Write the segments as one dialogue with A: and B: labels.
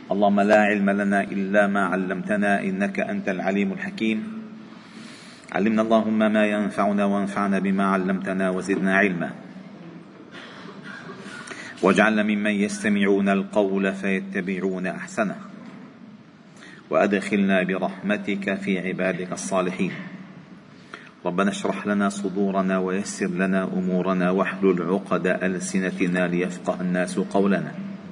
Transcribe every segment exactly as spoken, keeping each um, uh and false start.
A: اللهم لا علم لنا إلا ما علمتنا إنك أنت العليم الحكيم. علمنا اللهم ما ينفعنا وانفعنا بما علمتنا وزدنا علما، واجعلنا ممن يستمعون القول فيتبعون أحسنه، وأدخلنا برحمتك في عبادك الصالحين. ربنا اشرح لنا صدورنا ويسر لنا أمورنا واحلل عقد ألسنتنا ليفقه الناس قولنا.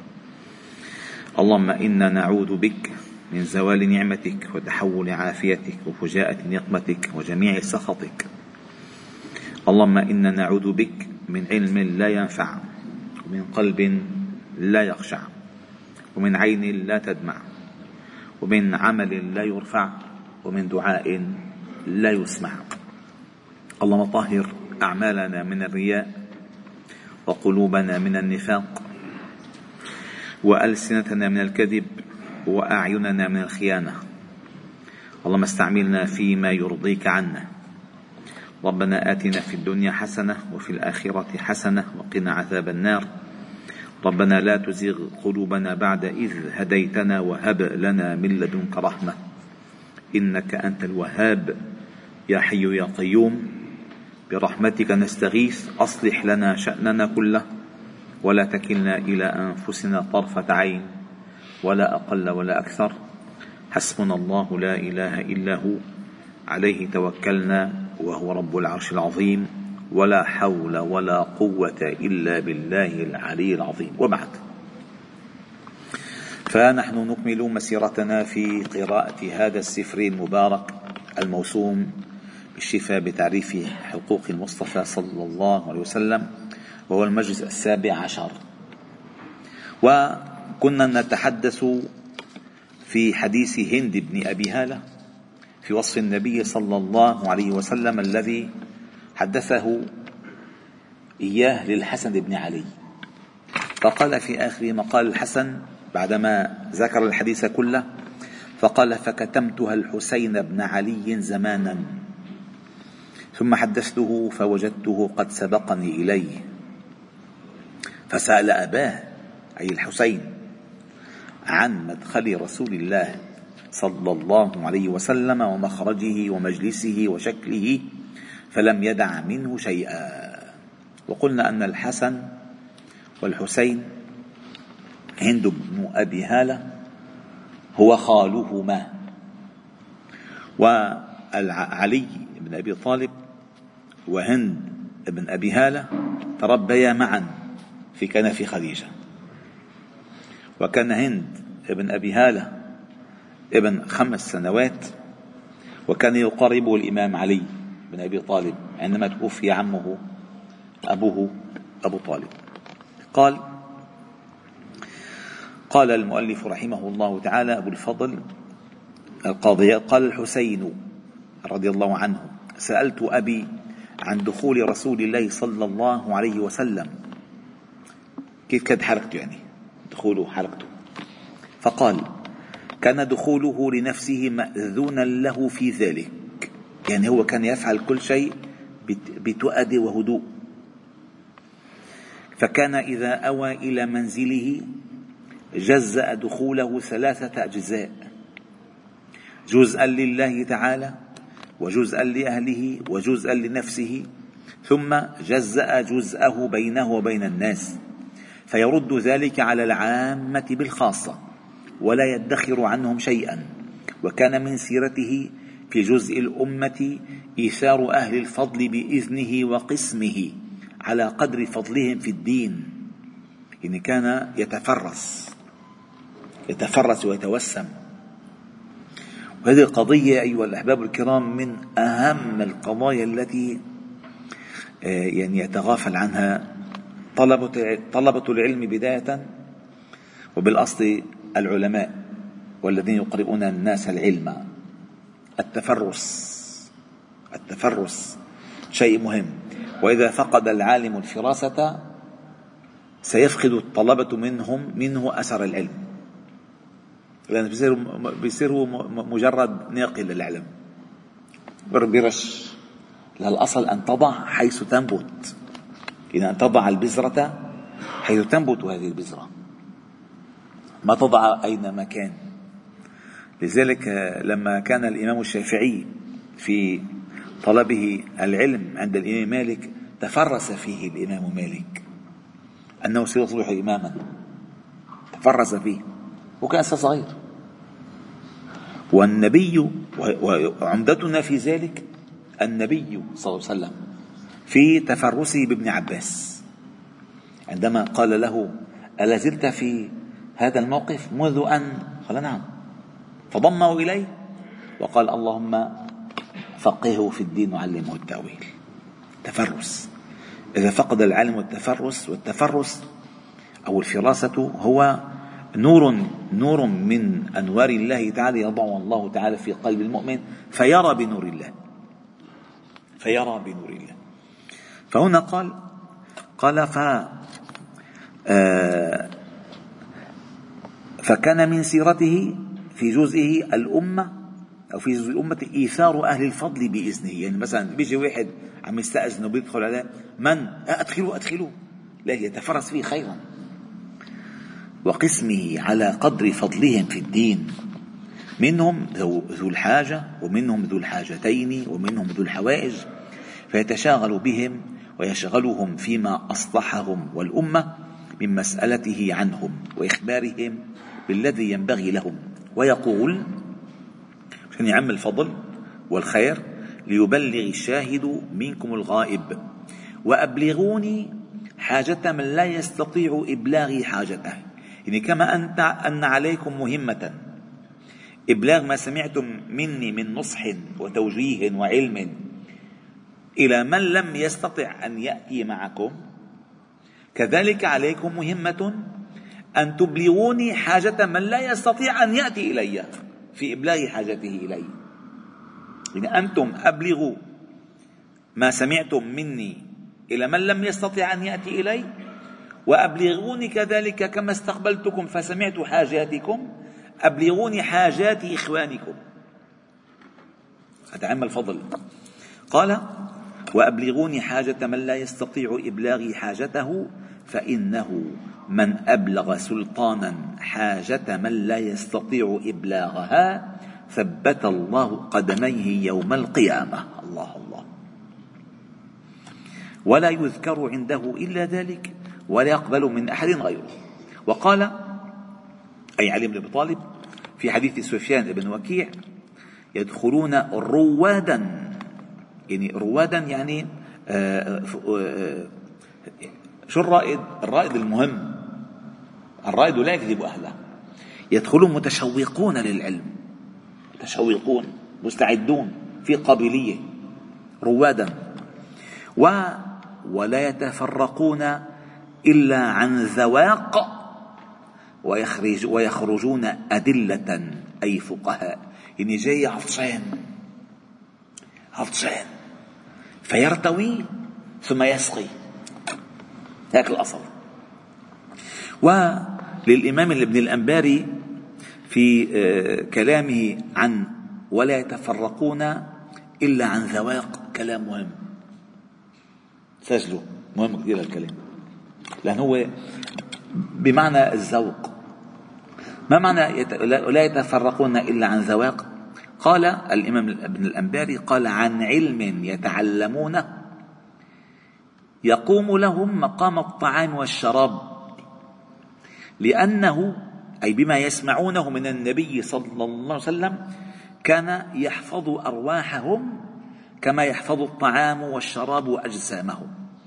A: اللهم إنا نعوذ بك من زوال نعمتك وتحول عافيتك وفجاءة نقمتك وجميع سخطك. اللهم إنا نعوذ بك من علم لا ينفع، ومن قلب لا يخشع، ومن عين لا تدمع، ومن عمل لا يرفع، ومن دعاء لا يسمع. اللهم طهر أعمالنا من الرياء، وقلوبنا من النفاق، وألسنتنا من الكذب، وأعيننا من الخيانة. اللهم استعملنا فيما يرضيك عنا. ربنا آتنا في الدنيا حسنة وفي الآخرة حسنة وقنا عذاب النار. ربنا لا تزغ قلوبنا بعد إذ هديتنا وهب لنا من لدنك رحمة إنك أنت الوهاب. يا حي يا قيوم برحمتك نستغيث، أصلح لنا شأننا كله ولا تكلنا إلى أنفسنا طرفة عين ولا أقل ولا أكثر. حسبنا الله لا إله إلا هو، عليه توكلنا وهو رب العرش العظيم، ولا حول ولا قوة إلا بالله العلي العظيم. وبعد، فنحن نكمل مسيرتنا في قراءة هذا السفر المبارك الموسوم بالشفاء بتعريف حقوق المصطفى صلى الله عليه وسلم، وهو المجلس السابع عشر. وكنا نتحدث في حديث هند بن أبي هالة في وصف النبي صلى الله عليه وسلم الذي حدثه إياه للحسن بن علي. فقال في آخر مقال الحسن بعدما ذكر الحديث كله، فقال: فكتمتها الحسين بن علي زمانا، ثم حدثته فوجدته قد سبقني إليه، فسأل أباه أي الحسين عن مدخل رسول الله صلى الله عليه وسلم ومخرجه ومجلسه وشكله، فلم يدع منه شيئا. وقلنا أن الحسن والحسين هند بن أبي هالة هو خالهما، وعلي بن أبي طالب وهند بن أبي هالة تربيا معا في كنف خديجة. وكان هند بن أبي هالة ابن خمس سنوات، وكان يقرب الإمام علي بن أبي طالب عندما توفي عمه أبوه أبو طالب. قال قال المؤلف رحمه الله تعالى أبو الفضل القاضي: قال الحسين رضي الله عنه: سألت أبي عن دخول رسول الله صلى الله عليه وسلم، كيف كانت حركته، يعني دخوله حركته. فقال: كان دخوله لنفسه مأذونا له في ذلك، يعني هو كان يفعل كل شيء بتؤدي وهدوء. فكان إذا أوى إلى منزله جزأ دخوله ثلاثة أجزاء: جزءا لله تعالى، وجزءا لأهله، وجزءا لنفسه، ثم جزأ جزءه بينه وبين الناس، فيرد ذلك على العامة بالخاصة ولا يدخر عنهم شيئا. وكان من سيرته في جزء الأمة إيثار أهل الفضل بإذنه وقسمه على قدر فضلهم في الدين، يعني كان يتفرس يتفرس ويتوسم. وهذه القضية أيها الأحباب الكرام من أهم القضايا التي يعني يتغافل عنها طلبة طلبة العلم بداية، وبالأصل العلماء والذين يقرؤون الناس العلم. التفرس التفرس شيء مهم، وإذا فقد العالم الفراسة سيفقد الطلبة منهم منه أثر العلم، لأن بيصيروا مجرد ناقل للعلم، برش. الأصل أن تضع حيث تنبت، إذا أن تضع البذرة حيث تنبت هذه البذرة. ما تضع أينما كان. لذلك لما كان الإمام الشافعي في طلبه العلم عند الإمام مالك تفرس فيه الإمام مالك أنه سيصبح إماما، تفرس فيه وكان صغير. والنبي، وعمدتنا في ذلك النبي صلى الله عليه وسلم في تفرسه بابن عباس عندما قال له: ألا زلت في هذا الموقف منذ أن؟ قال: نعم. فضمه إليه وقال: اللهم فقهه في الدين وعلمه التأويل. تفرس. إذا فقد العلم التفرس، والتفرس أو الفراسة هو نور نور من أنوار الله تعالى يضعه الله تعالى في قلب المؤمن فيرى بنور الله، فيرى بنور الله. فهنا قال قال ف آه فكان من سيرته في جزئه الأمة أو في جزء الأمة إيثار أهل الفضل بإذنه. يعني مثلا بيجي واحد عم يستأذن وبيدخل عليه: من؟ أدخلوا أدخلوا، لا يتفرس فيه خيرا. وقسمه على قدر فضلهم في الدين، منهم ذو الحاجة ومنهم ذو الحاجتين ومنهم ذو الحوائج، فيتشاغل بهم ويشغلهم فيما أصلحهم والأمة من مسألته عنهم وإخبارهم بالذي ينبغي لهم، ويقول عشان يعم الفضل والخير: ليبلغ الشاهد منكم الغائب، وأبلغوني حاجة من لا يستطيع إبلاغي حاجته. يعني كما أنت أن عليكم مهمة إبلاغ ما سمعتم مني من نصح وتوجيه وعلم إلى من لم يستطع أن يأتي معكم، كذلك عليكم مهمة أن تبلغوني حاجة من لا يستطيع أن يأتي إلي في إبلاغ حاجته إلي. يعني أنتم أبلغوا ما سمعتم مني إلى من لم يستطع أن يأتي إلي، وأبلغوني كذلك كما استقبلتكم فسمعت حاجاتكم، أبلغوني حاجات إخوانكم. أتعم الفضل. قال: وأبلغوني حاجة من لا يستطيع إبلاغي حاجته، فإنه من أبلغ سلطانا حاجة من لا يستطيع إبلاغها ثبت الله قدميه يوم القيامة. الله الله. ولا يذكر عنده إلا ذلك ولا يقبل من أحد غيره. وقال أي علي بن أبي طالب في حديث سفيان بن وكيع: يدخلون روادا. يعني روادا يعني آآ آآ شو الرائد؟ الرائد المهم، الرائد لا يكذب أهله. يدخلون متشوقون للعلم، متشوقون مستعدون في قابلية، روادا. و ولا يتفرقون إلا عن ذواق، ويخرج ويخرجون أدلة أي فقهاء. يعني جاي عطشان عطشان فيرتوي ثم يسقي، هيك الأصل. وللإمام ابن الأنباري في كلامه عن ولا يتفرقون إلا عن ذواق كلام مهم، سجلوا، مهم كثير الكلام، لأنه هو بمعنى الذوق. ما معنى يت... لا يتفرقون إلا عن ذواق؟ قال الإمام ابن الأنباري قال: عن علم يتعلمونه يقوم لهم مقام الطعام والشراب، لأنه أي بما يسمعونه من النبي صلى الله عليه وسلم كان يحفظ أرواحهم كما يحفظ الطعام والشراب أجسامهم.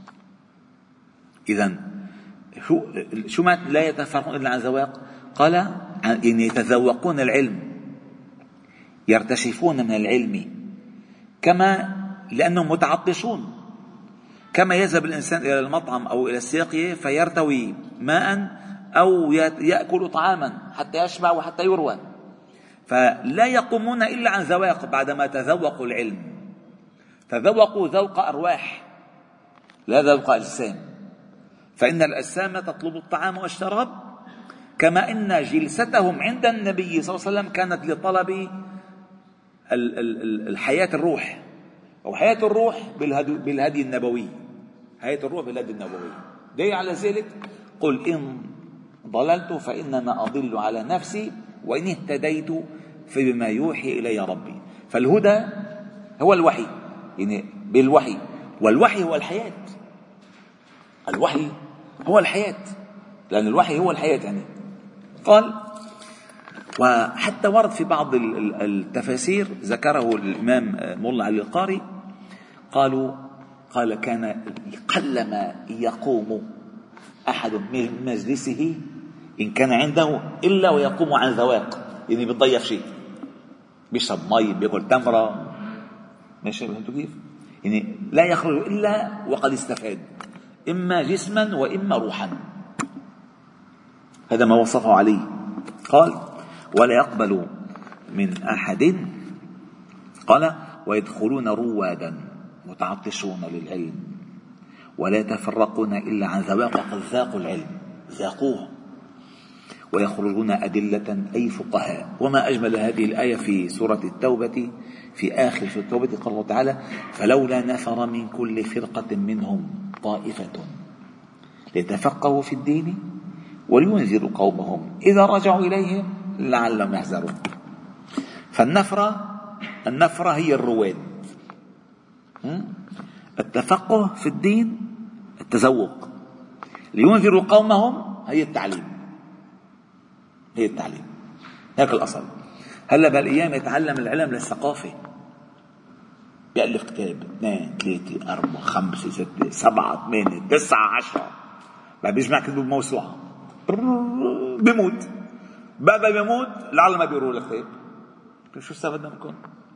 A: إذن شو شو ما لا يتفرقون إلا عن ذواق؟ قال إن يتذوقون العلم، يرتشفون من العلم، كما لأنهم متعطشون، كما يذهب الإنسان إلى المطعم أو إلى الساقية فيرتوي ماء أو يأكل طعاما حتى يشبع وحتى يروى، فلا يقومون إلا عن ذواق بعدما تذوقوا العلم، تذوقوا ذوق أرواح لا ذوق أجسام. فإن الأجسام تطلب الطعام والشراب، كما إن جلستهم عند النبي صلى الله عليه وسلم كانت لطلب الحياة الروح، أو حياة الروح بالهدي النبوي، حياة الروح بالهدي النبوي. دليل على ذلك: قل إن ضللت فإنما أضل على نفسي وإن اهتديت فبما يوحي إلي ربي. فالهدى هو الوحي، يعني بالوحي، والوحي هو الحياة. الوحي هو الحياة، لأن الوحي هو الحياة يعني. قال وحتى ورد في بعض التفاسير ذكره الإمام مولا علي القاري، قالوا قال كان قلما يقوم أحد من مجلسه إن كان عنده إلا ويقوم عن ذواق، يعني بيضيف شيء، بيشرب مي، بيأكل تمرة، ماشي فهمتوا كيف؟ يعني لا يخرج إلا وقد استفاد إما جسما وإما روحا. هذا ما وصفه عليه. قال ولا يقبل من أحد، قال ويدخلون روادا متعطشون للعلم ولا يتفرقون إلا عن ذواق، وقد ذاقوا العلم ذاقوه، ويخرجون أدلة أي فقهاء. وما أجمل هذه الآية في سورة التوبة، في آخر سورة التوبة قال الله تعالى فلولا نفر من كل فرقة منهم طائفة ليتفقهوا في الدين ولينذروا قومهم إذا رجعوا إليهم لعلهم يحذرون. فالنفرة النفرة هي الرواد، التفقه في الدين التذوق، لينذروا قومهم هي التعليم، هي التعليم، هيك الأصل. هلا بالأيام يتعلم العلم للثقافة، بيألف كتاب اثنين ثلاثة أربعة خمسة ستة سبعة ثمانية تسعة عشرة، بعد بيجمع كتب موسوعة بيموت، بعد ما بيموت العالم ما بيقروا الكتاب. شو استفدنا منكم؟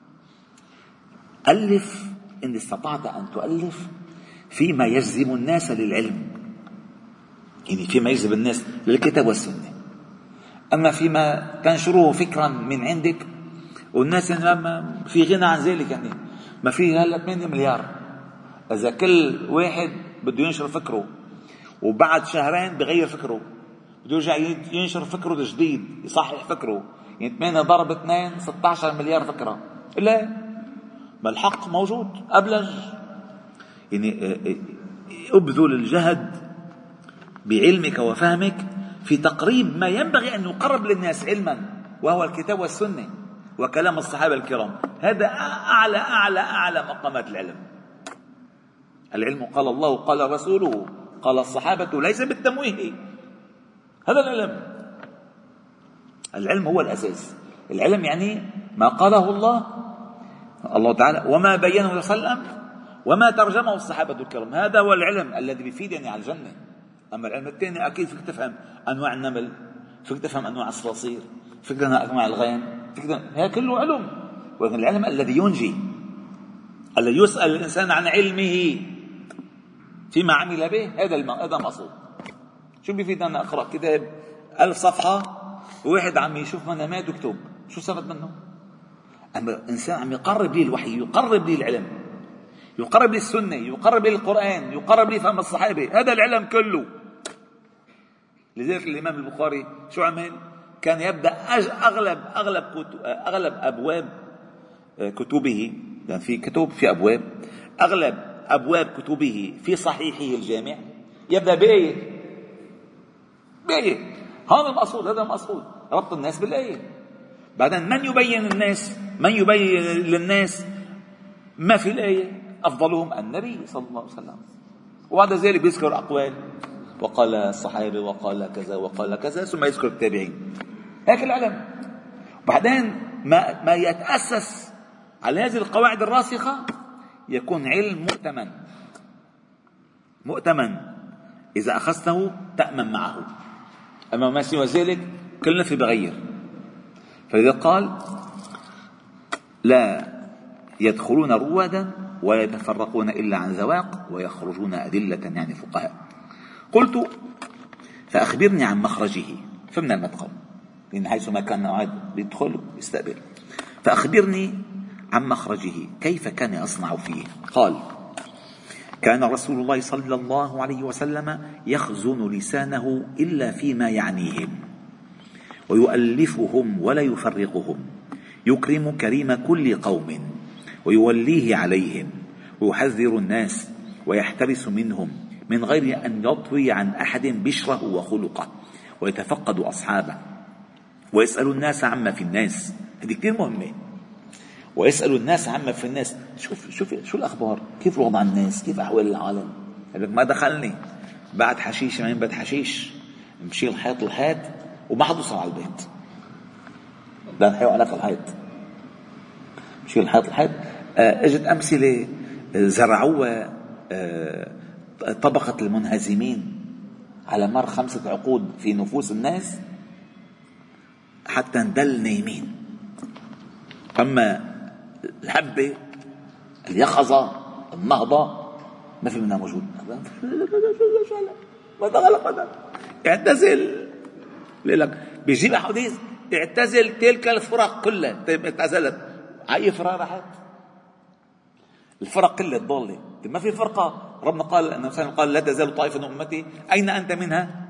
A: ألف إن استطعت أن تؤلف فيما يجذب الناس للعلم، يعني فيما يجذب الناس للكتاب والسنة. أما فيما تنشره فكرا من عندك والناس في غنى عن ذلك، يعني ما فيه هلا ثمانية مليار، إذا كل واحد بده ينشر فكره وبعد شهرين بغير فكره بده يرجع ينشر فكره الجديد يصحح فكره، يعني ثمانية ضرب اثنين ستة عشر مليار فكرة. لا، ما الحق موجود أبلج. يعني أبذل الجهد بعلمك وفهمك في تقريب ما ينبغي أن يقرب للناس علما، وهو الكتاب والسنة وكلام الصحابة الكرام. هذا أعلى أعلى أعلى مقامات العلم. العلم قال الله قال رسوله قال الصحابة، ليس بالتمويه. هذا العلم. العلم هو الأساس. العلم يعني ما قاله الله الله تعالى وما بينه صلى الله عليه وسلم وما ترجمه الصحابة الكرام. هذا هو العلم الذي بيفيدني على الجنة. أما العلم الثاني أكيد فيك تفهم أنواع النمل، فيك تفهم أنواع الصراصير، فيك تفهم أنواع الغيم، هذا كله علم. ولكن العلم الذي ينجي، الذي يسأل الإنسان عن علمه فيما عمل به، هذا هذا مقصود. شو بيفيد أن أقرأ كتاب ألف صفحة وواحد عم يشوف منامات وكتب، شو استفدت منه؟ أما إنسان عم يقرب لي الوحي، يقرب لي العلم، يقرب لي السنة، يقرب لي القرآن، يقرب لي فهم الصحابة، هذا العلم كله. لذلك الإمام البخاري شو عمل؟ كان يبدأ أغلب أغلب أغلب أبواب كتبه، يعني في كتب في أبواب، أغلب أبواب كتبه في صحيحه الجامع يبدأ بآية بآية. هذا المقصود، هذا المقصود، ربط الناس بالآية. بعدين من يبين الناس من يبين للناس ما في الآية؟ أفضلهم النبي صلى الله عليه وسلم. وبعد ذلك يذكر أقوال، وقال الصحابة وقال كذا وقال كذا، ثم يذكر التابعين. هيك العلم. بعدين ما ما يتأسس على هذه القواعد الراسخة يكون علم مؤتمن مؤتمن إذا أخذته تأمن معه. أما ما سوى ذلك كل نفي بغير. فإذا قال لا يدخلون روادا ولا يتفرقون إلا عن ذواق ويخرجون أدلة يعني فقهاء. قلت فأخبرني عن مخرجه، فمن المدخل، لأن حيث ما كان عاد يدخل يستقبل. فأخبرني عن مخرجه، كيف كان يصنع فيه؟ قال كان رسول الله صلى الله عليه وسلم يخزن لسانه إلا فيما يعنيهم ويؤلفهم ولا يفرقهم، يكرم كريم كل قوم ويوليه عليهم ويحذر الناس ويحترس منهم من غير أن يطوي عن أحد بشره وخلقه ويتفقد أصحابه ويسأل الناس عما في الناس. هذه كثير مهمة. ويسأل الناس عما في الناس. شوف شوف شو الأخبار، كيف وضع الناس، كيف أحوال العالم. ما دخلني بعد حشيش، ما بعد حشيش مشي الحيط الحيط وما حد وصل على البيت. لا نحيو عليك الحيط، مشي الحيط الحيط. آه اجت أمثلة زرعوها آه طبقة المنهزمين على مر خمسة عقود في نفوس الناس حتى ندل نايمين. أما الحبة اليقظة النهضة ما في منها موجود. ما دخل قدر اعتزل. لك بيجيب حديث اعتزل تلك الفرق كلها. اعتزلت أي فرق راحت؟ الفرق كلها ضالة. ما في فرقة. ربنا قال أن مثلا قال لا تزال طائفة من أمتي، أين أنت منها؟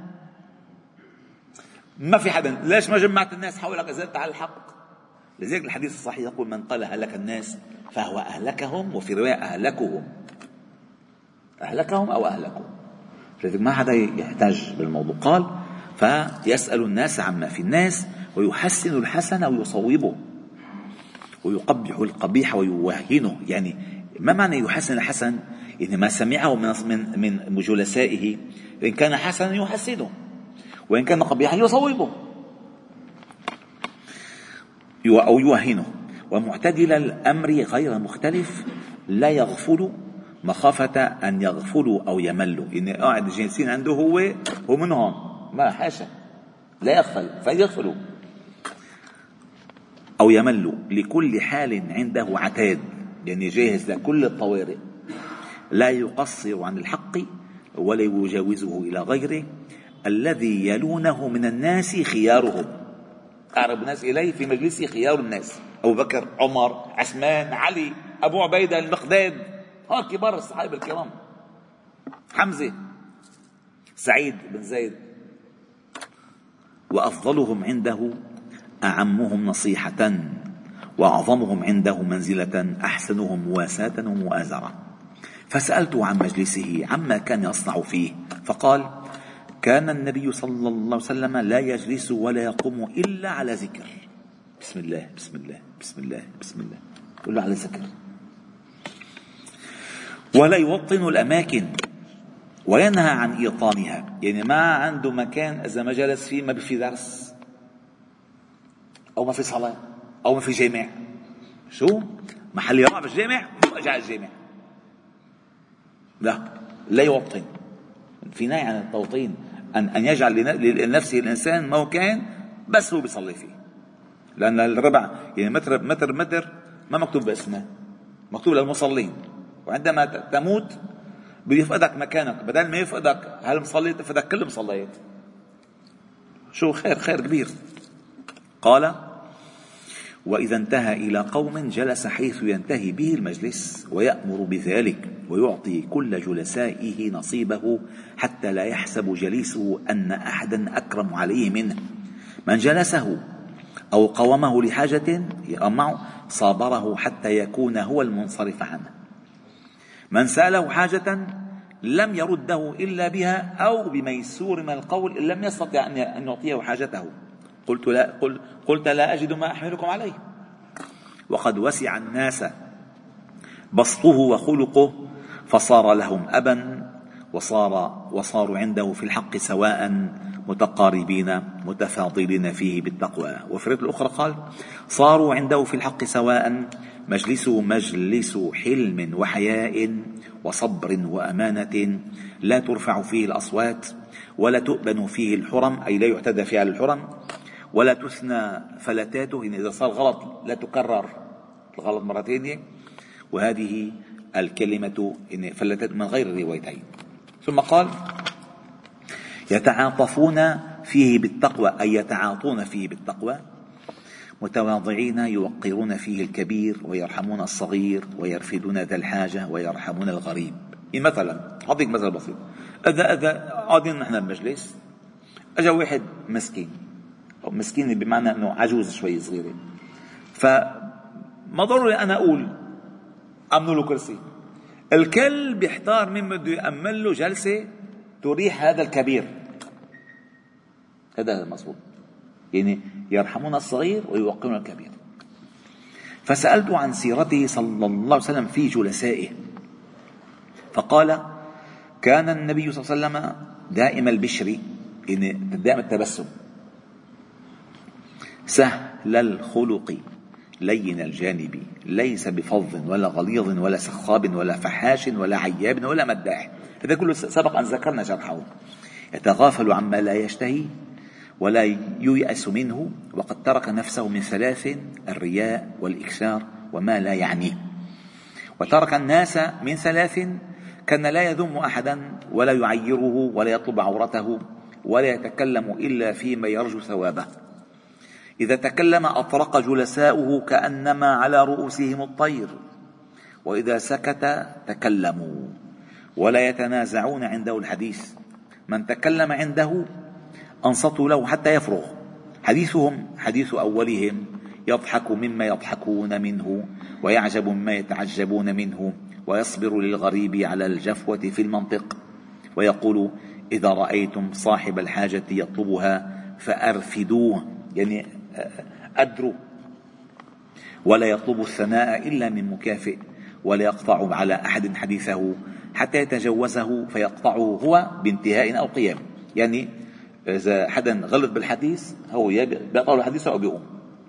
A: ما في حدا. ليش ما جمعت الناس حولك أزلت على الحق؟ لذلك الحديث الصحيح يقول من قال هلك الناس فهو أهلكهم، وفي رواية أهلكهم. أهلكهم أو أهلكوا. لذلك ما حدا يحتاج بالموضوع. قال فيسأل الناس عما في الناس ويحسن الحسن ويصوبه ويقبح القبيح ويوهنه. يعني ما معنى يحسن الحسن؟ يعني ما سمعه من من من جلسائه إن كان حسنا يحسنه، وإن كان قبيحا يصوبه أو يوهنه. ومعتدل الأمر غير مختلف لا يغفل مخافة أن يغفلوا أو يملوا. إن قاعد جالسين عنده هو هو منهم، ما حاشا لا يغفل فيغفلوا أو يملوا. لكل حال عنده عتاد، يعني جاهز لكل الطوارئ. لا يقصر عن الحق ولا يجاوزه إلى غيره. الذي يلونه من الناس خيارهم. أقرب الناس إليه في مجلسه خيار الناس: أبو بكر، عمر، عثمان، علي، أبو عبيدة، المقداد. ها كبار الصحابة الكرام. حمزة، سعيد بن زيد. وأفضلهم عنده أعمهم نصيحة، وأعظمهم عنده منزلة أحسنهم مواساة ومؤازرة. فسألته عن مجلسه عما كان يصنع فيه، فقال: كان النبي صلى الله عليه وسلم لا يجلس ولا يقوم إلا على ذكر. بسم الله بسم الله بسم الله بسم الله، كله على ذكر. ولا يوطن الأماكن وينهى عن إيطانها. يعني ما عنده مكان إذا ما جلس فيه ما في درس أو ما في صلاة أو ما في جامع. شو محل يقع بالجامع؟ مو أجع الجامع. لا لا يوطن. في نهي عن التوطين، أن أن يجعل لنفسه الإنسان موكان بس هو بيصلي فيه. لأن الربع يعني متر متر متر ما مكتوب باسمه، مكتوب للمصلين. وعندما تموت بيفقدك مكانك، بدل ما يفقدك هالمصلي يفقدك كل مصليات. شو خير خير كبير. قال: وإذا انتهى إلى قوم جلس حيث ينتهي به المجلس ويأمر بذلك ويعطي كل جلسائه نصيبه حتى لا يحسب جليسه أن أحدا أكرم عليه منه. من جلسه أو قومه لحاجة يأمعه صابره حتى يكون هو المنصرف عنه. من سأله حاجة لم يرده إلا بها أو بميسور من القول إن لم يستطع أن يعطيه حاجته. قلت لا, قل قلت لا أجد ما أحملكم عليه. وقد وسع الناس بسطه وخلقه فصار لهم أبا، وصار وصاروا عنده في الحق سواء متقاربين متفاضلين فيه بالتقوى. وفي الرواية الأخرى قال: صاروا عنده في الحق سواء مجلسه مجلس حلم وحياء وصبر وأمانة لا ترفع فيه الأصوات ولا تؤبن فيه الحرم، أي لا يعتدى فيها الحرم، ولا تثنى فلتاته، إن إذا صار غلط لا تكرر الغلط مرتين. وهذه الكلمة إن فلتات من غير الروايتين. ثم قال: يتعاطفون فيه بالتقوى، أي يتعاطون فيه بالتقوى، متواضعين يوقرون فيه الكبير ويرحمون الصغير ويرفدون ذا الحاجة ويرحمون الغريب. إيه مثلا أعطيك مثل بسيط. إذا إذا قاعدين نحن بمجلس أجا واحد مسكين، أو مسكين بمعنى أنه عجوز شوي صغيرة، فما ضروري أنا أقول أمنوا له كرسي. الكل بيحتار مين بده يأمن له جلسة تريح هذا الكبير. هذا المقصود، يعني يرحمون الصغير ويوقرون الكبير. فسألت عن سيرته صلى الله عليه وسلم في جلسائه، فقال: كان النبي صلى الله عليه وسلم دائم البشر، يعني دائم التبسم، سهل الخلق لين الجانب، ليس بفظ ولا غليظ ولا سخاب ولا فحاش ولا عياب ولا مداح. هذا كله سبق أن ذكرنا شرحه. يتغافل عما لا يشتهي ولا ييأس منه، وقد ترك نفسه من ثلاث: الرياء والإكثار وما لا يعنيه. وترك الناس من ثلاث: كان لا يذم أحدا ولا يعيره ولا يطلب عورته ولا يتكلم إلا فيما يرجو ثوابه. إذا تكلم أطرق جلساؤه كأنما على رؤوسهم الطير، وإذا سكت تكلموا ولا يتنازعون عنده الحديث. من تكلم عنده أنصتوا له حتى يفرغ. حديثهم حديث أولهم، يضحك مما يضحكون منه ويعجب مما يتعجبون منه، ويصبر للغريب على الجفوة في المنطق، ويقول: إذا رأيتم صاحب الحاجة يطلبها فأرفدوه، يعني أدروا. ولا يطلب الثناء إلا من مكافئ، ولا يقطع على أحد حديثه حتى يتجوزه فيقطعه هو بانتهاء أو قيام. يعني إذا حدا غلط بالحديث هو بيقطع الحديث أو بيقوم.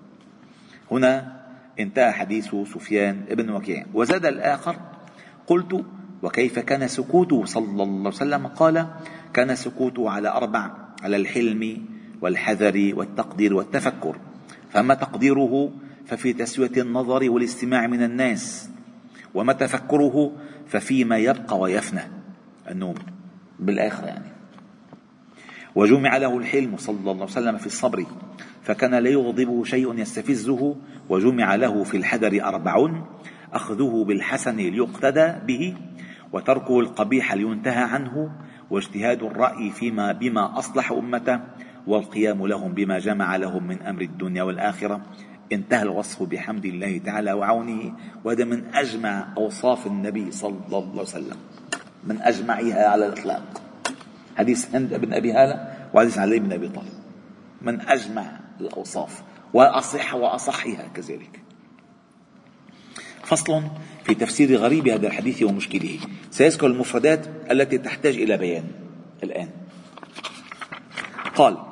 A: هنا انتهى حديث سفيان ابن وكيع. وزاد الآخر: قلت: وكيف كان سكوته صلى الله عليه وسلم؟ قال: كان سكوته على أربع: على الحلم والحذر والتقدير والتفكر. فأما تقديره ففي تسوية النظر والاستماع من الناس، وما تفكره ففيما يبقى ويفنى، النوم بالآخر يعني. وجمع له الحلم صلى الله عليه وسلم في الصبر، فكان لا يغضبه شيء يستفزه. وجمع له في الحذر أربع: أخذه بالحسن ليقتدى به، وتركه القبيح لينتهى عنه، واجتهاد الرأي فيما بما أصلح أمته، والقيام لهم بما جمع لهم من أمر الدنيا والآخرة. انتهى الوصف بحمد الله تعالى وعونه. وهذا من أجمع أوصاف النبي صلى الله عليه وسلم، من أجمعها على الإطلاق. حديث هند بن أبي هالة وحديث علي بن أبي طالب من أجمع الأوصاف وأصح وأصحها كذلك. فصل في تفسير غريب هذا الحديث ومشكله. سيذكر المفردات التي تحتاج إلى بيان الآن. قال: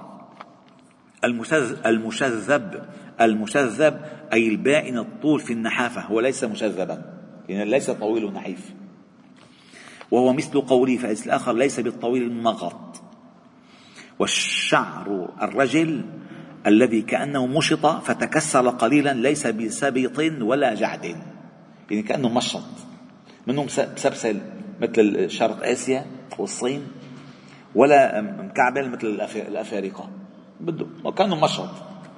A: المشذب المشذب أي البائن الطول في النحافة، هو ليس مشذبا يعني ليس طويل نحيف، وهو مثل قوله في الحديث الآخر: ليس بالطويل المغط. والشعر الرجل الذي كأنه مشط فتكسر قليلا، ليس بسبط ولا جعد، يعني كأنه مشط منه مسبسل مثل شرق آسيا والصين، ولا مكعبل مثل الأفارقة، بده كأنه مشط.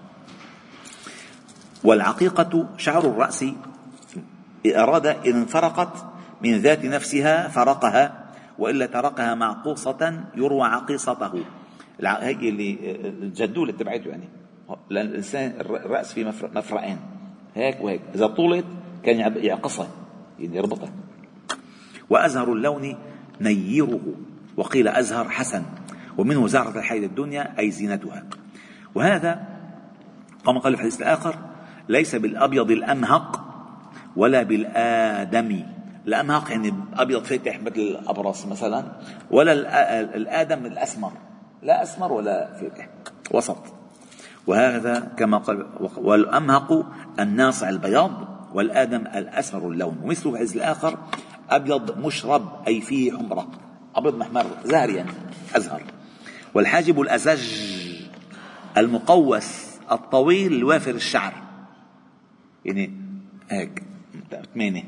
A: والعقيقة شعر الرأس، أراد إذا انفرقت من ذات نفسها فرقها، وإلا تركها معقوصة يروى عقيصته. هي اللي الجدولة تبعته، يعني لأن الإنسان الرأس في مفرقين هيك وهيك، إذا طولت كان يعقصها يعني يربطها. وأزهر اللون نيره، وقيل أزهر حسن، ومنه زهرة الحياة الدنيا أي زينتها. وهذا كما قال في الحديث الآخر: ليس بالأبيض الأمهق ولا بالآدمي. الأمهق يعني أبيض فاتح مثل الأبرص مثلا، ولا الآدم الأسمر، لا أسمر ولا فاتح، وسط. وهذا كما قال: والأمهق الناصع البياض، والآدم الأسمر اللون. ومثله في الحديث الآخر: أبيض مشرب أي فيه حمرة، أبيض محمر زهر يعني أزهر. والحاجب الأزج المقوس الطويل الوافر الشعر، يعني هيك ثمانية.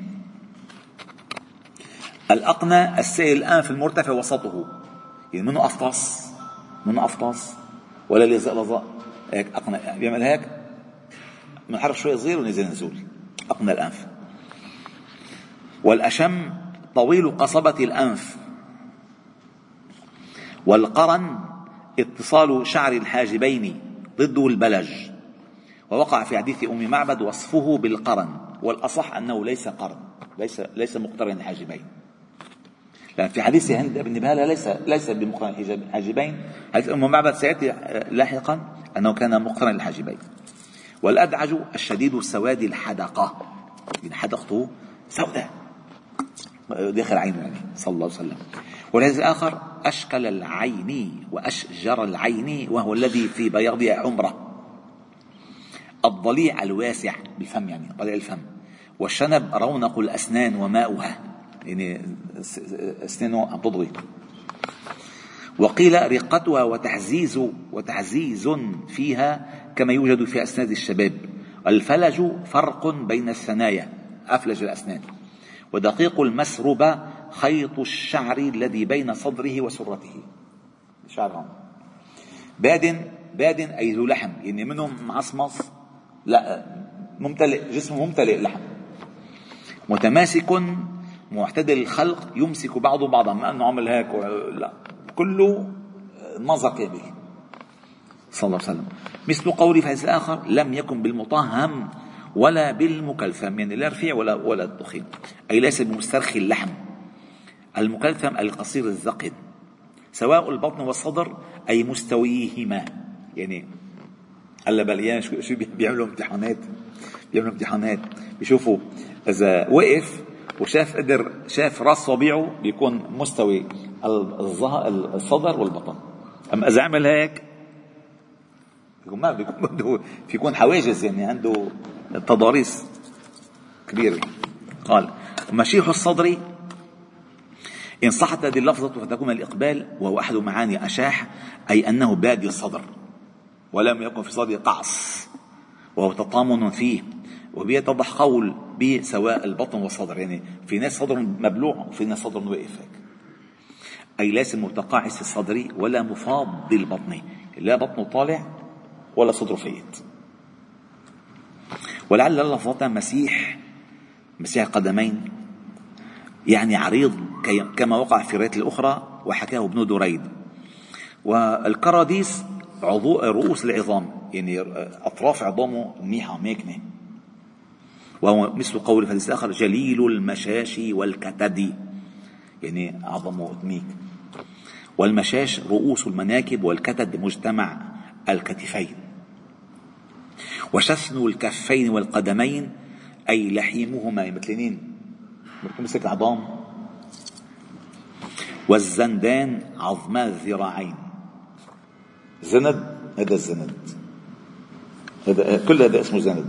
A: الأقنى السائل الأنف المرتفع وسطه، يعني منه أفطاس منه أفطاس ولا لزق لزق، هيك أقنى بيعمل هيك من حرف شوي صغير ونزل نزول، أقنى الأنف. والأشم طويل قصبة الأنف. والقرن اتصال شعر الحاجبين ضده البلج. ووقع في حديث أم معبد وصفه بالقرن، والأصح أنه ليس قرن، ليس ليس مقترن الحاجبين، لأن في حديث هند بن نبالة ليس ليس بمقترن الحاجبين. حديث أم معبد سيأتي لاحقا أنه كان مقترن الحاجبين. والأدعج الشديد السواد الحدقة، يعني حدقته سوداء داخل عينه يعني صلى الله عليه وسلم. والحديث الآخر أشكل العين وأشجر العين وهو الذي في بياضها حمرة، الضليع الواسع بالفم يعني ضليع الفم، والشنب رونق الأسنان وماؤها، يعني أسنانه عم تضغي. وقيل رقتها وتعزيز وتعزيز فيها كما يوجد في أسنان الشباب. الفلج فرق بين الثنايا، أفلج الأسنان. ودقيق المسربة خيط الشعر الذي بين صدره وسرته، شعرهم بادن بادن أي ذو لحم، يعني منهم معصمص، لا ممتلئ، جسمه ممتلئ لحم. متماسك معتدل الخلق، يمسك بعضه بعضا، ما أنه عمل هيك لا، كله نزق به صلى الله عليه وسلم. مثل قولي في الحديث الآخر لم يكن بالمطهم ولا بالمكلثم، يعني لا رفيع ولا ولا تخين، أي ليس بمسترخي اللحم. المكلثم القصير الزقن، سواء البطن والصدر أي مستويهما. يعني هلا بالأيام شو شو بيعملوا امتحانات، بيعملوا امتحانات بيشوفوا إذا وقف وشاف قدر شاف راس صبيعه بيكون مستوي الصدر والبطن، أما إذا عمل هيك بيكون ما بيكون بده بيكون حواجز، يعني عنده تضاريس كبيرة. قال مشيح الصدر إن صحت هذه اللفظة فتكون الإقبال، وهو أحد معاني أشاح، أي أنه بادي الصدر ولم يكن في صدره قعص، وهو تطامن فيه. وبيتضح قول بسواء البطن والصدر، يعني في ناس صدر مبلوع وفي ناس صدر واقف هيك، أي ليس متقاعس الصدر ولا مفاض البطن، لا بطنه طالع ولا صدره فايت. ولعل اللفظة مسيح مسيح القدمين يعني عريض كما وقع في الرواية الأخرى، وحكاه ابن دريد. والكراديس عضو رؤوس العظام، يعني أطراف عظامه منيحة ماكنة. وهو مثل قول في الحديث الآخر جليل المشاشي والكتد، يعني عظمه ميك. والمشاش رؤوس المناكب، والكتد مجتمع الكتفين. وشسن الكفين والقدمين أي لحيمهما مثلين مثل العظام. والزندان عظما الذراعين، زند هذا الزند، هذا كل هذا اسمه زند.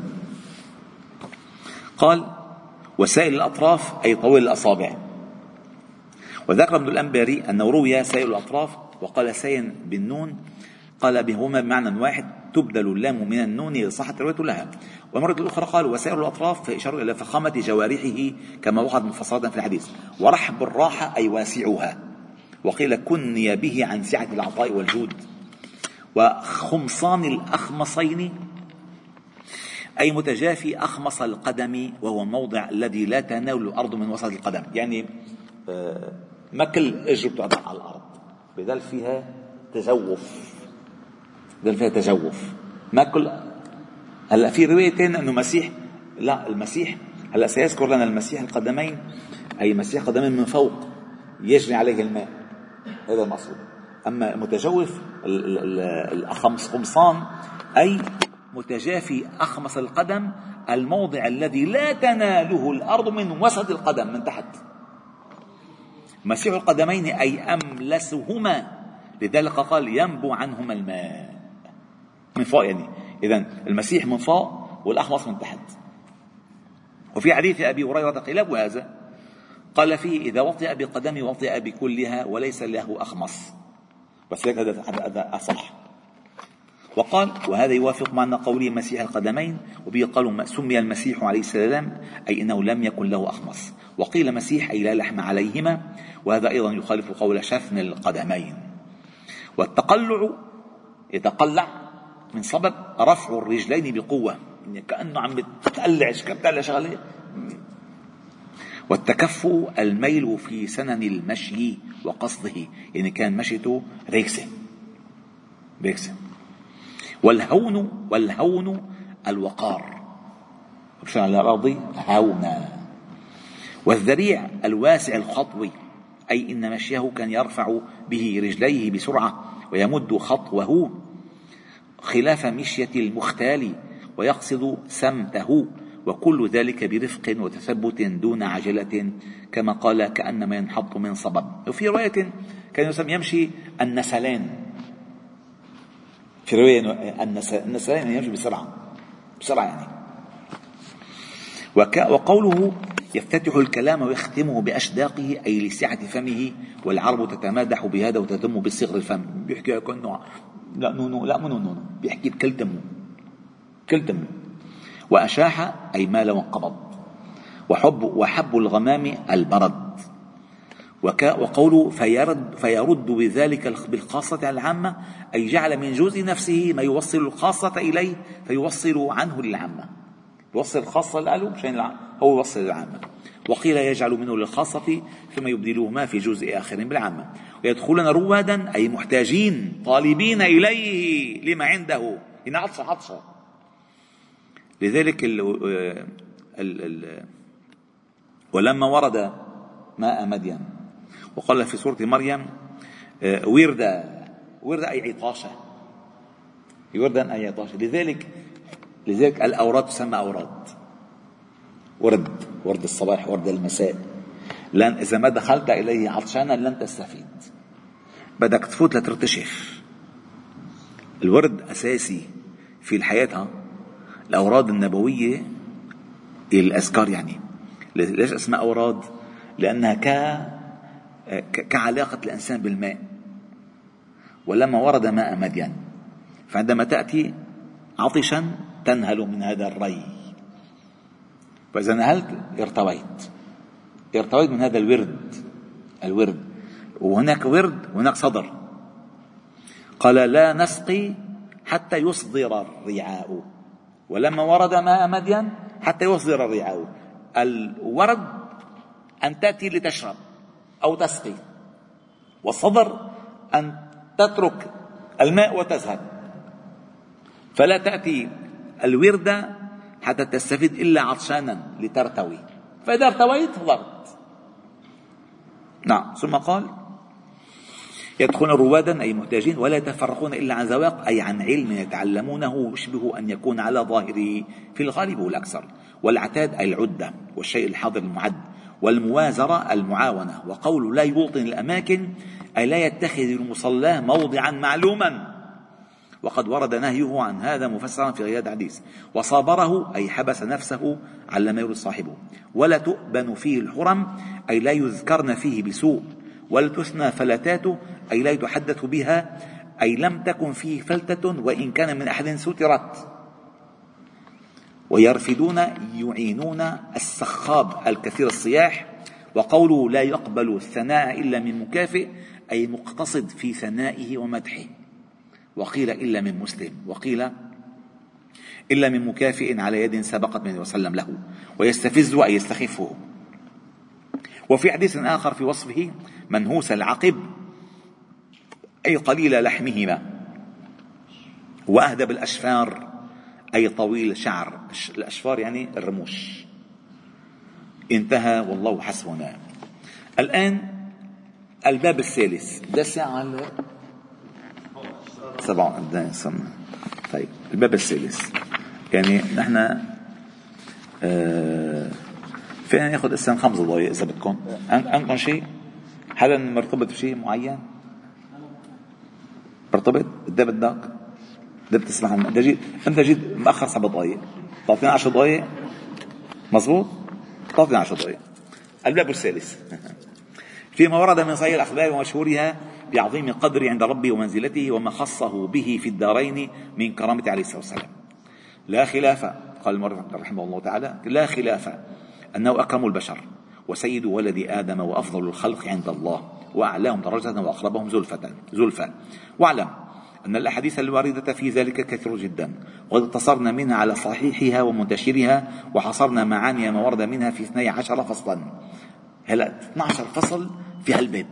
A: قال وسائل الأطراف أي طويل الأصابع. وذكر ابن الأنباري أنه روي سائل الأطراف، وقال سين بالنون، قال بهما بمعنى واحد، تبدل اللام من النون لصحة الرواية لها. والمرة الأخرى قال وسائر الأطراف فإشارة إلى فخامة جوارحه كما وقعت مفصلة في الحديث. ورحب الراحة أي واسعها، وقيل كني به عن سعة العطاء والجود. وخمصان الأخمصين أي متجافي أخمص القدم، وهو الموضع الذي لا تناول الأرض من وسط القدم، يعني ما كل أجر بتقعد على الأرض، بدل فيها تجوف، بدل فيها تجوف ما كل. هلا في روايتين أنه مسيح، لا المسيح هلا سيذكر لنا المسيح القدمين أي مسيح قدمين من فوق يجري عليه الماء، هذا المقصود. أما متجوف الأخمص خمصان أي متجافي أخمص القدم، الموضع الذي لا تناله الأرض من وسط القدم من تحت. مسيح القدمين أي أملسهما، لذلك قال ينبو عنهما الماء من فوق، يعني إذن المسيح من فوق والأخمص من تحت. وفي حديث أبي هريرة قلاب هذا قال فيه إذا وطئ بقدمه وطئ بكلها وليس له أخمص، بس هيك هذا أصح. وقال وهذا يوافق معنى قوله مسيح القدمين، وبه قالوا سمي المسيح عليه السلام أي إنه لم يكن له أخمص. وقيل مسيح أي لا لحم عليهما، وهذا أيضا يخالف قول شفن القدمين. والتقلع يتقلع من سبب رفع الرجلين بقوة، يعني كأنه عم بتقلع بتقلع شغله. والتكفؤ الميل في سنن المشي وقصده، يعني كان مشيته ريكسة ريكسة. والهون والهون الوقار، مشان على الأرض هونا. والذريع الواسع الخطوي، أي إن مشيه كان يرفع به رجليه بسرعة ويمد خطوه خلاف مشية المختال ويقصد سمته، وكل ذلك برفق وتثبت دون عجلة، كما قال كأنما ينحط من صبب. وفي رواية كان يمشي النسلان، في رواية النسلان يمشي بسرعة بسرعة يعني. وقوله يفتتح الكلام ويختمه بأشداقه أي لسعة فمه، والعرب تتمادح بهذا وتذم بصغر الفم. بيحكي كأنه لا نونو لا منو نونو، بيحكي بكل تمه كل تمه. وأشاح أي مال وانقبض. وحب وحب الغمام البرد. وقوله فيرد, فيرد بذلك بالخاصة على العامة أي جعل من جزء نفسه ما يوصل الخاصة إليه فيوصل عنه للعامة، يوصل الخاصة له مشان هو يوصل للعامة. وقيل يجعل منه للخاصة ثم يبدلهما في جزء آخر بالعامة. ويدخلون روادا أي محتاجين طالبين إليه لما عنده، إن عطش عطشة. لذلك ال ال ال ولما ورد ماء مدين وقال في سورة مريم وردا، وردا أي عطاشة، وردا أي عطاشة. لذلك لذلك الأوراد تسمى أوراد، ورد ورد الصباح ورد المساء، لأن إذا ما دخلت إليه عطشانا لن تستفيد، بدك تفوت لترتشف. الورد أساسي في الحياة. الأوراد النبوية الأذكار يعني ليش اسمها أوراد؟ لأنها ك... كعلاقة الإنسان بالماء. ولما ورد ماء مدين، فعندما تأتي عطشا تنهل من هذا الري، فإذا نهلت ارتويت ارتويت من هذا الورد الورد وهناك ورد وهناك صدر. قال لا نسقي حتى يصدر الرعاء، ولما ورد ماء مدين حتى يصدر الرعاء. الورد أن تأتي لتشرب أو تسقي، والصدر أن تترك الماء وتذهب، فلا تأتي الوردة حتى تستفيد إلا عطشانا لترتوي، فإذا ارتويت ضرت. نعم. ثم قال يدخلون روادا أي محتاجين ولا يتفرقون إلا عن ذواق أي عن علم يتعلمونه يشبه أن يكون على ظاهره في الغالب والأكثر. والعتاد أي العدة والشيء الحاضر المعد. والموازرة المعاونة. وقول لا يوطن الأماكن أي لا يتخذ المصلى موضعا معلوما، وقد ورد نهيه عن هذا مفسرا في غير حديث. وصابره أي حبس نفسه على ما يريد صاحبه. ولا تؤبن فيه الحرم أي لا يذكرن فيه بسوء. ولا تثنى فلتاته أي لا يتحدث بها أي لم تكن فيه فلتة وإن كان من أحد سترت. ويرفدون يعينون السخاب الكثير الصياح. وقوله لا يقبل الثناء إلا من مكافئ أي مقتصد في ثنائه ومدحه. وقيل إلا من مسلم، وقيل إلا من مكافئ على يد سبقت من وسلم له. ويستفز أي يستخفه. وفي حديث آخر في وصفه منهوس العقب أي قليل لحمهما. وأهدب الأشفار أي طويل شعر، الأشفار يعني الرموش. انتهى والله حسبنا. الآن الباب الثالث، ده ساعة سبعة سنة. طيب الباب الثالث يعني نحن آه فينا ناخذ اسم خمس دقائق إذا بدكم. عندكم شيء حدا مرتبط بشيء معين؟ مرتبط ده بدك ده بتسمع عنه. انت جيت انت جيت مأخر سبع دقائق، تعطينا عشر دقائق مزبوط؟ تعطينا عشر دقائق. الباب الثالث فيما ورد من صحيح الأخبار ومشهورها بعظيم قدر عند ربه ومنزلته وما خصه به في الدارين من كرامته عليه الصلاة والسلام. لا خلاف، قال المؤلف رحمه الله تعالى، لا خلاف أنه أكرم البشر وسيد ولد آدم وأفضل الخلق عند الله وأعلاهم درجة وأقربهم زلفا. واعلم أن الأحاديث الواردة في ذلك كثير جدا، وقد اقتصرنا منها على صحيحها ومنتشرها وحصرنا معاني ما ورد منها في اثني عشر فصلا. هلا اثني عشر فصل في هالباب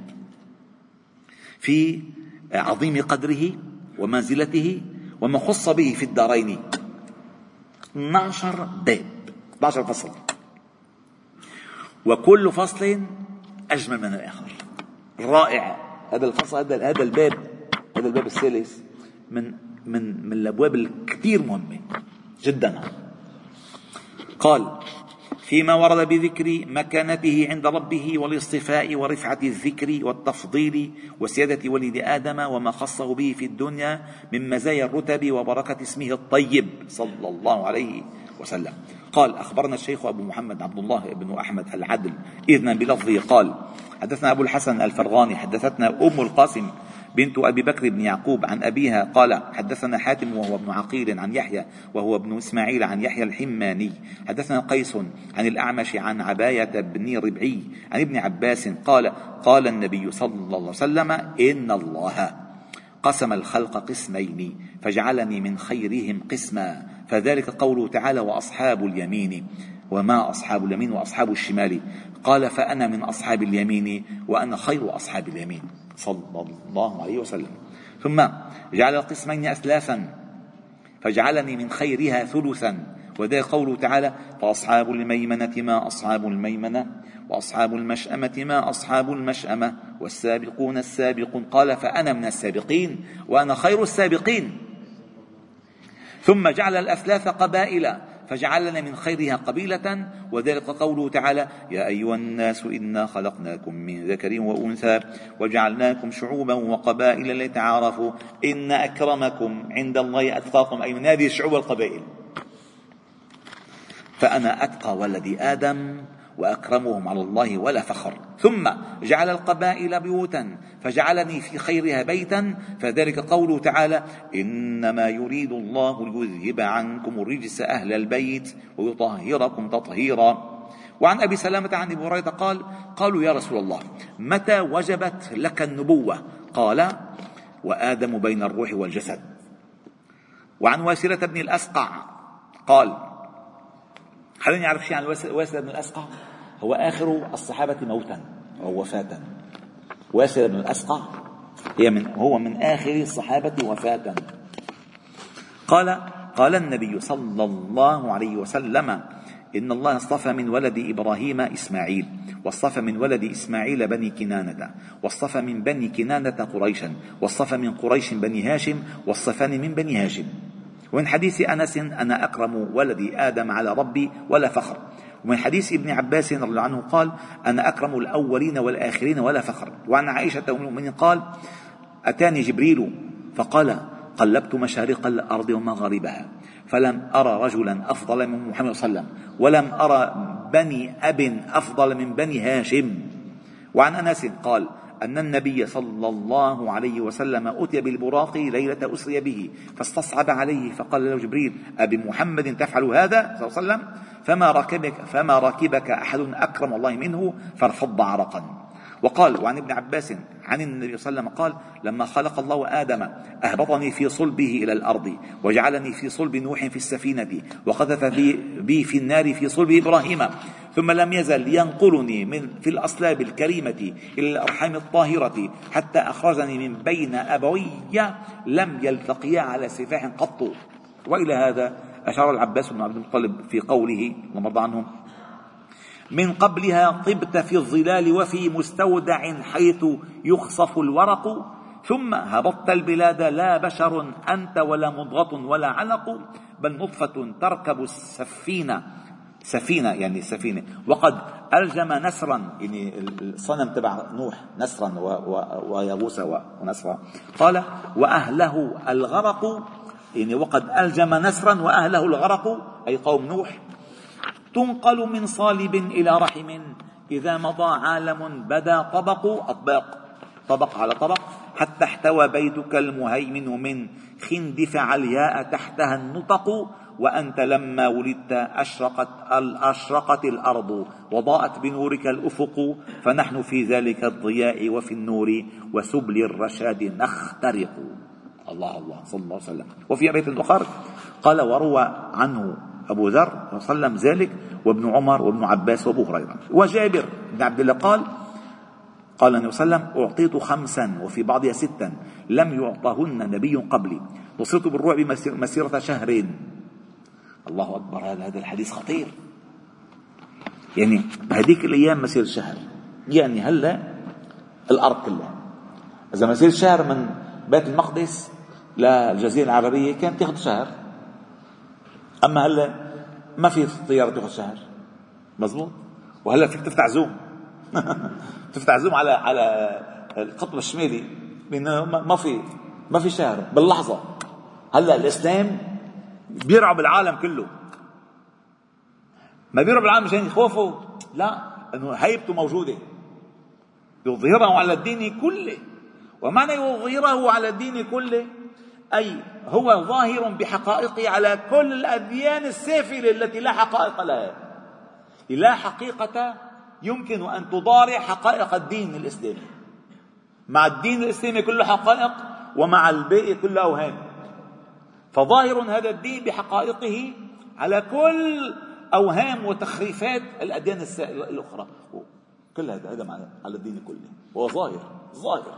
A: في عظيم قدره ومنزلته وما خص به في الدارين. اثني عشر باب، اثني عشر فصل، وكل فصل أجمل من الآخر. رائع. هذا الفصل، هذا هذا الباب، هذا الباب الثالث من من من الابواب الكثير مهمه جدا. قال: فيما ورد بذكر مكانته عند ربه والاصطفاء ورفعة الذكر والتفضيل وسيادة ولد آدم وما خصه به في الدنيا من مزايا الرتب وبركة اسمه الطيب صلى الله عليه وسلم. قال: أخبرنا الشيخ أبو محمد عبد الله بن أحمد العدل إذنا بلفظه قال: حدثنا أبو الحسن الفرغاني حدثتنا أم القاسم بنت أبي بكر بن يعقوب عن أبيها قال: حدثنا حاتم وهو ابن عقيل عن يحيى وهو ابن إسماعيل عن يحيى الحماني حدثنا قيس عن الأعمش عن عباية بن ربعي عن ابن عباس قال: قال النبي صلى الله عليه وسلم: إن الله قسم الخلق قسمين فجعلني من خيرهم قسما، فذلك قوله تعالى: وأصحاب اليمين. وما أصحاب اليمين وأصحاب الشمال؟ قال: فأنا من أصحاب اليمين وأنا خير أصحاب اليمين صلى الله عليه وسلم. ثم جعل القسمين أثلاثا فجعلني من خيرها ثلثا، وذلك قوله تعالى: فأصحاب الميمنة ما أصحاب الميمنة وأصحاب المشأمة ما أصحاب المشأمة والسابقون السابقون. قال: فأنا من السابقين وأنا خير السابقين. ثم جعل الأثلاث قبائل فجعلنا من خيرها قبيلة، وذلك قوله تعالى: يا أيها الناس إنا خلقناكم من ذكر وأنثى وجعلناكم شعوبا وقبائل لتعارفوا إن أكرمكم عند الله أتقاكم، أي من هذه الشعوب والقبائل. فأنا أتقى ولد آدم وأكرمهم على الله ولا فخر. ثم جعل القبائل بيوتا فجعلني في خيرها بيتا، فذلك قوله تعالى: إنما يريد الله ليذهب عنكم الرجس أهل البيت ويطهركم تطهيرا. وعن أبي سلامة عن أبي هريرة قال: قالوا: يا رسول الله متى وجبت لك النبوة؟ قال: وآدم بين الروح والجسد. وعن واسلة بن الأسقع قال: خلينا نعرف شيء عن واسلة بن الأسقع. هو آخر الصحابة موتا أو وفاة. واسلة بن الأسقع هي من هو من آخر الصحابة وفاة. قال: قال النبي صلى الله عليه وسلم: إن الله اصطفى من ولد إبراهيم إسماعيل، واصطفى من ولد إسماعيل بني كنانة، واصطفى من بني كنانة قريشا، واصطفى من قريش بني هاشم، واصطفاني من بني هاشم. ومن حديث أنس: أنا أكرم ولد آدم على ربي ولا فخر. ومن حديث ابن عباس رضي الله عنه قال: أنا أكرم الأولين والآخرين ولا فخر. وعن عائشة أم المؤمنين قال: أتاني جبريل فقال: قلبت مشارق الأرض ومغاربها فلم أرى رجلا أفضل من محمد صلى الله عليه وسلم، ولم أرى بني أب أفضل من بني هاشم. وعن أنس قال: أن النبي صلى الله عليه وسلم أتي بالبراق ليلة أسري به فاستصعب عليه، فقال له جبريل: أبي محمد تفعل هذا صلى الله عليه وسلم؟ فما ركبك, فما ركبك أحد أكرم الله منه، فارفض عرقا. وقال: وعن ابن عباس عن النبي صلى الله عليه وسلم قال: لما خلق الله آدم أهبطني في صلبه إلى الأرض وجعلني في صلب نوح في السفينة وقذف بي في النار في صلب إبراهيم، ثم لم يزل ينقلني من في الأصلاب الكريمة إلى الأرحام الطاهرة حتى أخرجني من بين أبوي لم يلتقيا على سفاح قط. وإلى هذا أشار العباس بن عبد المطلب في قوله اللهم ارض عنهم: من قبلها طبت في الظلال وفي مستودع حيث يخصف الورق، ثم هبطت البلاد لا بشر أنت ولا مضغة ولا علق، بل نطفة تركب السفينة، سفينة يعني السفينة، وقد ألجم نسرا يعني الصنم تبع نوح نسرا ويغوث ونسرا. قال: وأهله الغرق يعني وقد ألجم نسرا وأهله الغرق أي قوم نوح. تنقل من صالب إلى رحم إذا مضى عالم بدا طبق أطباق طبق على طبق حتى احتوى بيتك المهيمن من خندف علياء تحتها النطق، وأنت لما ولدت أشرقت, أشرقت الأرض وضاءت بنورك الأفق، فنحن في ذلك الضياء وفي النور وسبل الرشاد نخترق. الله الله صلى الله عليه وسلم. وفي بيت الآخر قال: وروى عنه أبو ذر صلى الله عليه وسلم ذلك وابن عمر وابن عباس وابو هريرة. وجابر بن عبد الله قال: قال النبي صلى الله عليه وسلم: أعطيت خمسا وفي بعضها ستا لم يعطهن نبي قبلي، نصرت بالرعب مسيرة شهر. الله أكبر، هذا هذا الحديث خطير. يعني بهذيك الأيام مسير شهر، يعني هلا الأرض كلها. إذا مسير شهر من بيت المقدس للجزيرة العربية كانت تاخذ شهر، أما هلا ما في طيارة تاخذ شهر، مزبوط. وهلا فيك تفتح زوم تفتح زوم على على القطب الشمالي، لأنه ما في ما في شهر باللحظة. هلا الإسلام بيرعب العالم كله، ما بيرعب العالم مشان يخوفوا، لا، انه هيبته موجوده، يظهره على الدين كله. ومعنى يظهره على الدين كله اي هو ظاهر بحقائقه على كل الاديان السافله التي لا حقائق لها. لا حقيقه يمكن ان تضارع حقائق الدين الاسلامي. مع الدين الاسلامي كله حقائق، ومع الباقي كله اوهام. فظاهر هذا الدين بحقائقه على كل أوهام وتخريفات الأديان الأخرى، كل هذا هذا على الدين كله، هو ظاهر ظاهر.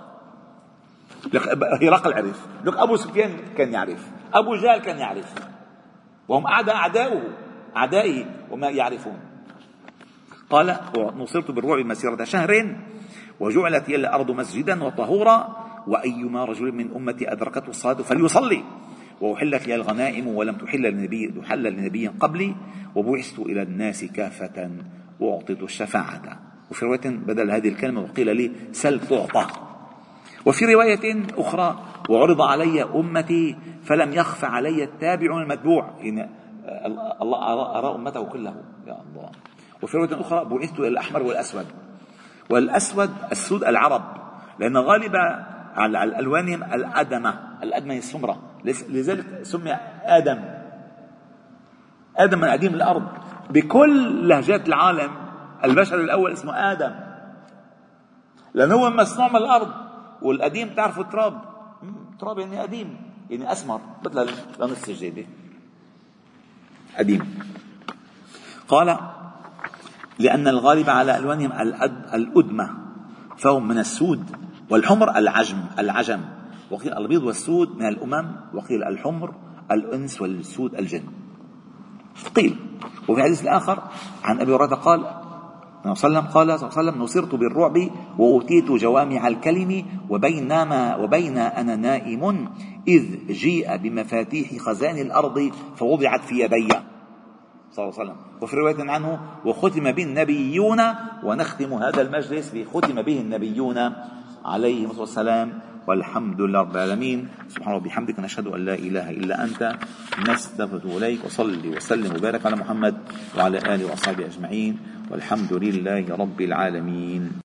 A: هرقل عرف، لك أبو سفيان كان يعرف، أبو جهل كان يعرف، وهم أعداء أعداؤه أعدائه وما يعرفون. قال: نصرت بالرعب مسيرة شهر وجعلت لي الأرض مسجدا وطهورا، وأيما رجل من أمتي أدركته الصلاة فليصلي، وأحلت لي الغنائم ولم تحل لنبي تحل لنبي قبلي، وبعثت إلى الناس كافة وأعطيت الشفاعة. وفي رواية بدل هذه الكلمة وقيل لي سل تعطى. وفي رواية أخرى: وعرض علي أمتي فلم يخف علي التابع المتبوع، إن الله أرى أمته كله، يا الله. وفي رواية أخرى: بعثت إلى الأحمر والأسود. والأسود السود العرب، لأن غالبا على الألوانهم الأدمة، الأدمة السمرة، لذلك سمي آدم. آدم من قديم الأرض، بكل لهجات العالم البشر الأول اسمه آدم، لأنه هو مصنوع من الأرض. والقديم تعرفوا تراب، تراب يعني قديم، يعني أسمر مثل لون السجادة، قديم. قال: لأن الغالب على ألوانهم الأدمة، فهم من السود، والحمر العجم العجم وقيل البيض والسود من الأمم، وقيل الحمر الأنس والسود الجن. قيل. وفي الحديث الآخر عن أبي هريرة قال صلى الله عليه وسلم قال صلى الله عليه وسلم: نصرت بالرعب وأوتيت جوامع الكلم، وبينما وبين أنا نائم إذ جيء بمفاتيح خزائن الأرض فوضعت في يدي صلى الله عليه وسلم. وفي رواية عنه: وختم به النبيون، ونختم هذا المجلس بختم به النبيون عليهم الصلاة والسلام. والحمد لله رب العالمين. سبحان الله وبحمدك، نشهد أن لا إله إلا أنت، نستغفرك إليك. وصلي وسلم وبارك على محمد وعلى آله وأصحابه أجمعين، والحمد لله رب العالمين.